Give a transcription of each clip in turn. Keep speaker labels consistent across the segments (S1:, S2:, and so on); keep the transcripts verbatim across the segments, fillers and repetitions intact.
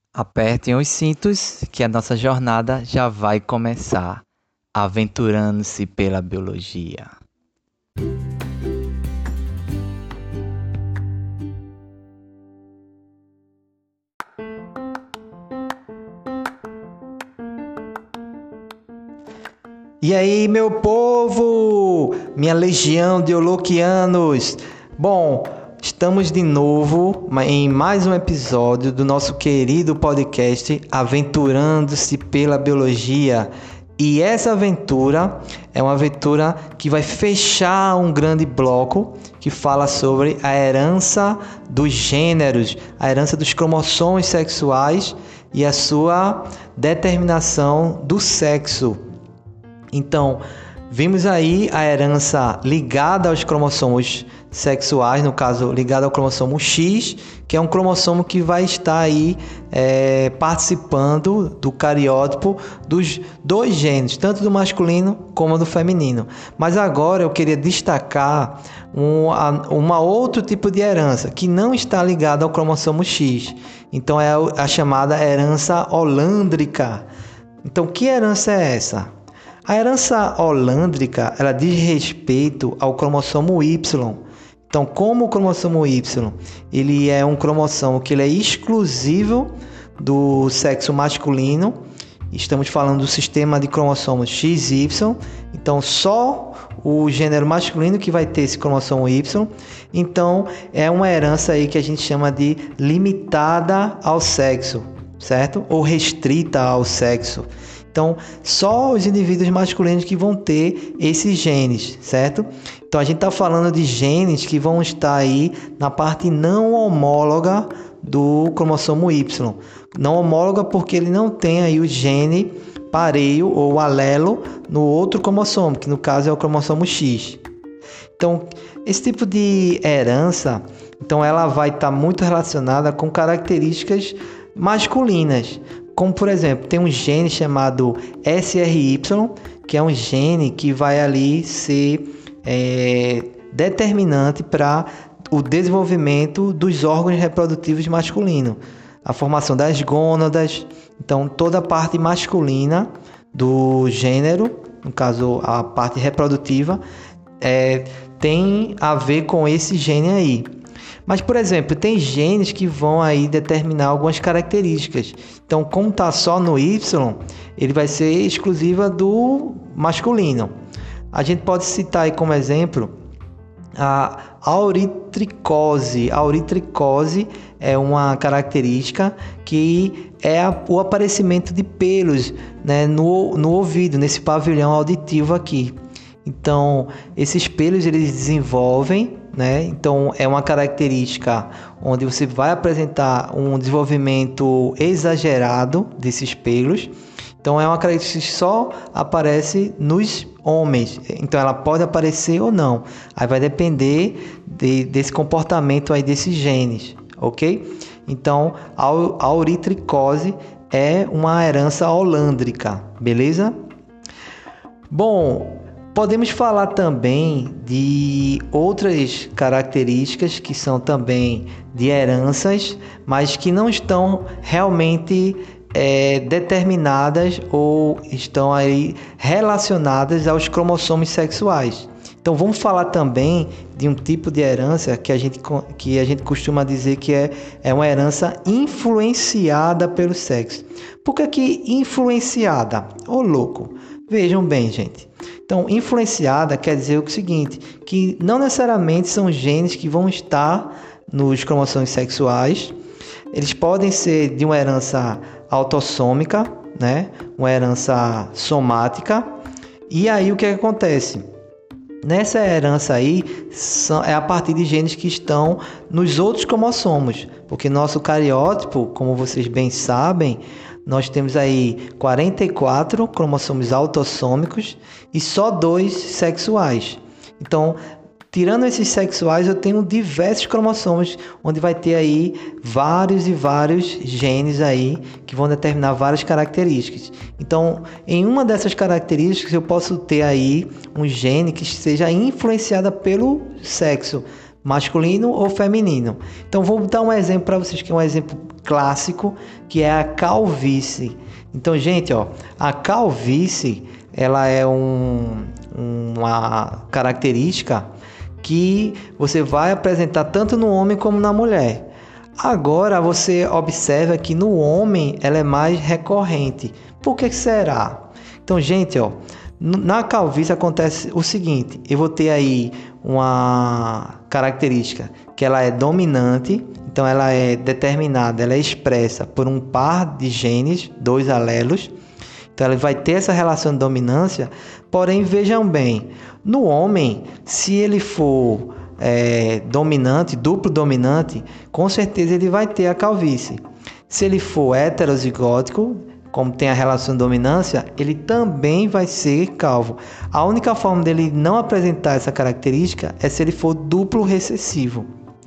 S1: Apertem os cintos que a nossa jornada já vai começar, aventurando-se pela biologia. E aí, meu povo, minha legião de Holoquianos. Bom, estamos de novo em mais um episódio do nosso querido podcast Aventurando-se pela Biologia. E essa aventura é uma aventura que vai fechar um grande bloco que fala sobre a herança dos gêneros, a herança dos cromossomos sexuais e a sua determinação do sexo. Então, vimos aí a herança ligada aos cromossomos sexuais, no caso, ligada ao cromossomo X, que é um cromossomo que vai estar aí é, participando do cariótipo dos dois genes, tanto do masculino como do feminino. Mas agora eu queria destacar um a, uma outro tipo de herança, que não está ligada ao cromossomo X. Então, é a chamada herança holândrica. Então, que herança é essa? A herança holândrica, ela diz respeito ao cromossomo Y. Então, como o cromossomo Y, ele é um cromossomo que ele é exclusivo do sexo masculino, estamos falando do sistema de cromossomos X Y, então só o gênero masculino que vai ter esse cromossomo Y. Então, é uma herança aí que a gente chama de limitada ao sexo, certo? Ou restrita ao sexo. Então, só os indivíduos masculinos que vão ter esses genes, certo? Então, a gente está falando de genes que vão estar aí na parte não homóloga do cromossomo Y. Não homóloga porque ele não tem aí o gene pareio ou alelo no outro cromossomo, que no caso é o cromossomo X. Então, esse tipo de herança, então ela vai estar muito relacionada com características masculinas. Como, por exemplo, tem um gene chamado S R Y, que é um gene que vai ali ser é, determinante para o desenvolvimento dos órgãos reprodutivos masculinos. A formação das gônadas, então toda a parte masculina do gênero, no caso a parte reprodutiva, é, tem a ver com esse gene aí. Mas, por exemplo, tem genes que vão aí determinar algumas características. Então, como está só no Y, ele vai ser exclusiva do masculino. A gente pode citar aí como exemplo a auritricose. A auritricose é uma característica que é o aparecimento de pelos, né, no, no ouvido, nesse pavilhão auditivo aqui. Então, esses pelos eles desenvolvem, né? Então, é uma característica onde você vai apresentar um desenvolvimento exagerado desses pelos. Então, é uma característica que só aparece nos homens. Então, ela pode aparecer ou não. Aí vai depender de, desse comportamento aí desses genes, ok? Então, a auritricose é uma herança holândrica, beleza? Bom, podemos falar também de outras características que são também de heranças, mas que não estão realmente é, determinadas ou estão aí relacionadas aos cromossomos sexuais. Então vamos falar também de um tipo de herança que a gente, que a gente costuma dizer que é, é uma herança influenciada pelo sexo. Por que que influenciada? Ô louco! Vejam bem, gente. Então, influenciada quer dizer o seguinte, que não necessariamente são genes que vão estar nos cromossomos sexuais. Eles podem ser de uma herança autossômica, né? Uma herança somática. E aí o que, é que acontece? Nessa herança aí, é a partir de genes que estão nos outros cromossomos, porque nosso cariótipo, como vocês bem sabem, nós temos aí quarenta e quatro cromossomos autossômicos e só dois sexuais. Então, tirando esses sexuais, eu tenho diversos cromossomos, onde vai ter aí vários e vários genes aí que vão determinar várias características. Então, em uma dessas características, eu posso ter aí um gene que seja influenciado pelo sexo masculino ou feminino. Então, vou dar um exemplo para vocês, que é um exemplo clássico, que é a calvície. Então, gente, ó, a calvície, ela é um, uma característica que você vai apresentar tanto no homem como na mulher. Agora, você observa que no homem ela é mais recorrente. Por que será? Então, gente, ó, na calvície acontece o seguinte: eu vou ter aí uma característica que ela é dominante, então ela é determinada, ela é expressa por um par de genes, dois alelos. Então ela vai ter essa relação de dominância, porém vejam bem, no homem, se ele for é, dominante, duplo dominante, com certeza ele vai ter a calvície. Se ele for heterozigótico, como tem a relação de dominância, ele também vai ser calvo. A única forma dele não apresentar essa característica é se ele for duplo recessivo.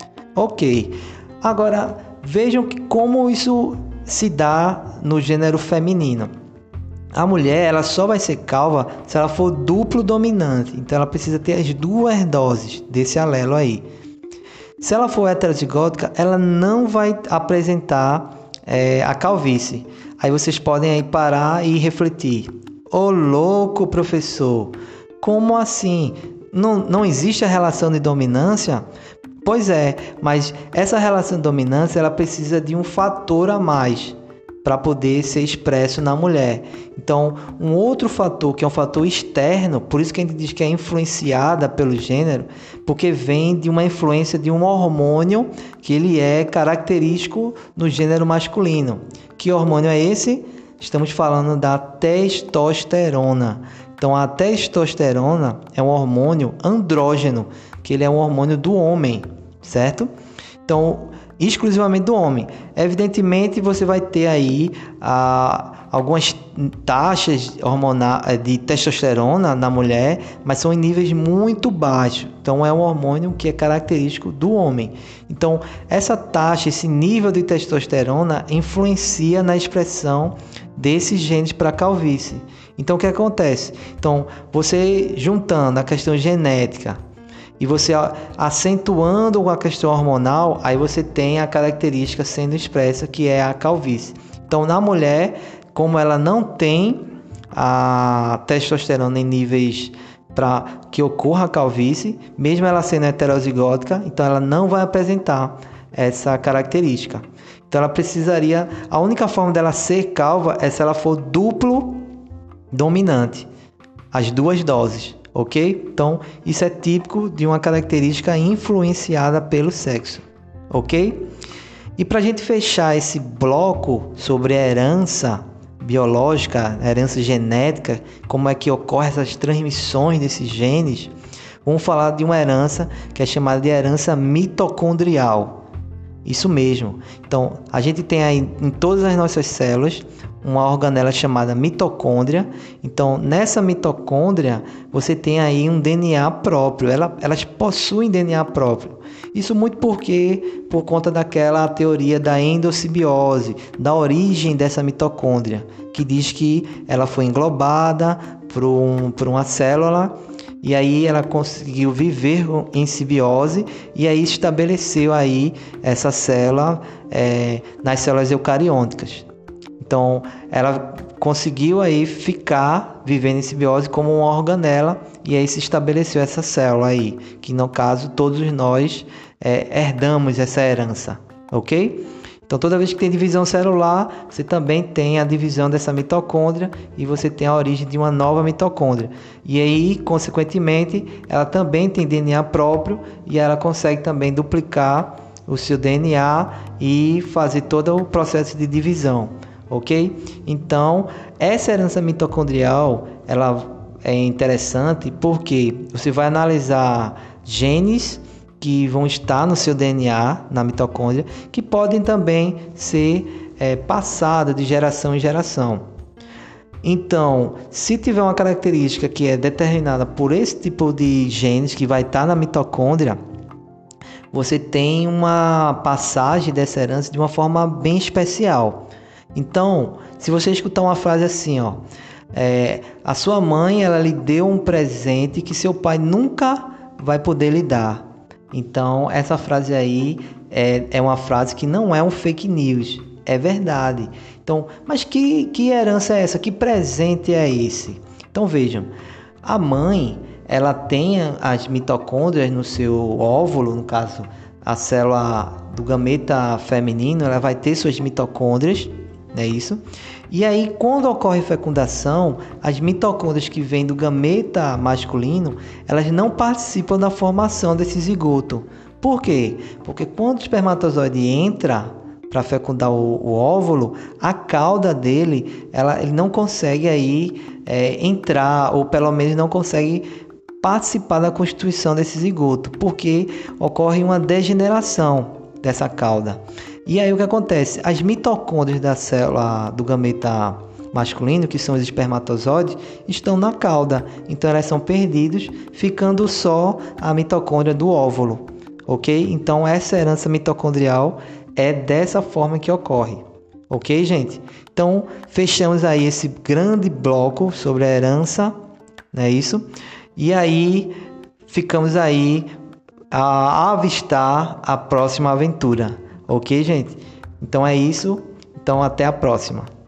S1: Ok. Agora, vejam que como isso se dá no gênero feminino. A mulher, ela só vai ser calva se ela for duplo dominante. Então, ela precisa ter as duas doses desse alelo aí. Se ela for heterozigótica, ela não vai apresentar é, a calvície. Aí vocês podem aí parar e refletir. Ô louco, professor, como assim? Não, não existe a relação de dominância? Pois é, mas essa relação de dominância ela precisa de um fator a mais para poder ser expresso na mulher. Então, um outro fator, que é um fator externo, por isso que a gente diz que é influenciada pelo gênero, porque vem de uma influência de um hormônio que ele é característico no gênero masculino. Que hormônio é esse? Estamos falando da testosterona. Então, a testosterona é um hormônio andrógeno, que ele é um hormônio do homem, certo? Então, exclusivamente do homem. Evidentemente, você vai ter aí ah, algumas taxas hormonais de testosterona na mulher, mas são em níveis muito baixos. Então, é um hormônio que é característico do homem. Então, essa taxa, esse nível de testosterona influencia na expressão desses genes para calvície. Então, o que acontece? Então, você juntando a questão genética e você acentuando a questão hormonal, aí você tem a característica sendo expressa, que é a calvície. Então, na mulher, como ela não tem a testosterona em níveis para que ocorra a calvície, mesmo ela sendo heterozigótica, então ela não vai apresentar essa característica. Então, ela precisaria, a única forma dela ser calva é se ela for duplo dominante, as duas doses. Ok? Então, isso é típico de uma característica influenciada pelo sexo. Ok? E para a gente fechar esse bloco sobre a herança biológica, a herança genética, como é que ocorrem essas transmissões desses genes, vamos falar de uma herança que é chamada de herança mitocondrial. Isso mesmo. Então, a gente tem aí em todas as nossas células uma organela chamada mitocôndria. Então, nessa mitocôndria, você tem aí um D N A próprio. Ela, elas possuem D N A próprio. Isso muito porque, por conta daquela teoria da endossimbiose, da origem dessa mitocôndria, que diz que ela foi englobada por, um, por uma célula e aí ela conseguiu viver em simbiose e aí estabeleceu aí essa célula é, nas células eucarióticas. Então, ela conseguiu aí ficar vivendo em simbiose como uma organela e aí se estabeleceu essa célula aí, que no caso todos nós é, herdamos essa herança, ok? Então, toda vez que tem divisão celular, você também tem a divisão dessa mitocôndria e você tem a origem de uma nova mitocôndria. E aí, consequentemente, ela também tem D N A próprio e ela consegue também duplicar o seu D N A e fazer todo o processo de divisão. Ok? Então, essa herança mitocondrial, ela é interessante porque você vai analisar genes que vão estar no seu D N A, na mitocôndria, que podem também ser é, passados de geração em geração. Então, se tiver uma característica que é determinada por esse tipo de genes que vai estar na mitocôndria, você tem uma passagem dessa herança de uma forma bem especial. Então, se você escutar uma frase assim, ó, é, a sua mãe ela lhe deu um presente que seu pai nunca vai poder lhe dar. Então, essa frase aí é, é uma frase que não é um fake news. É verdade. Então, mas que, que herança é essa? Que presente é esse? Então vejam, a mãe, ela tem as mitocôndrias no seu óvulo, no caso, a célula do gameta feminino, ela vai ter suas mitocôndrias, não é isso? E aí, quando ocorre fecundação, as mitocôndrias que vêm do gameta masculino, elas não participam da formação desse zigoto. Por quê? Porque quando o espermatozoide entra para fecundar o, o óvulo, a cauda dele, ela, ele não consegue aí é, entrar, ou pelo menos não consegue participar da constituição desse zigoto, porque ocorre uma degeneração dessa cauda. E aí o que acontece? As mitocôndrias da célula do gameta masculino, que são os espermatozoides, estão na cauda. Então elas são perdidas, ficando só a mitocôndria do óvulo. Ok? Então essa herança mitocondrial é dessa forma que ocorre. Ok, gente? Então fechamos aí esse grande bloco sobre a herança, não é isso? E aí ficamos aí a avistar a próxima aventura. Ok, gente? Então é isso. Então até a próxima.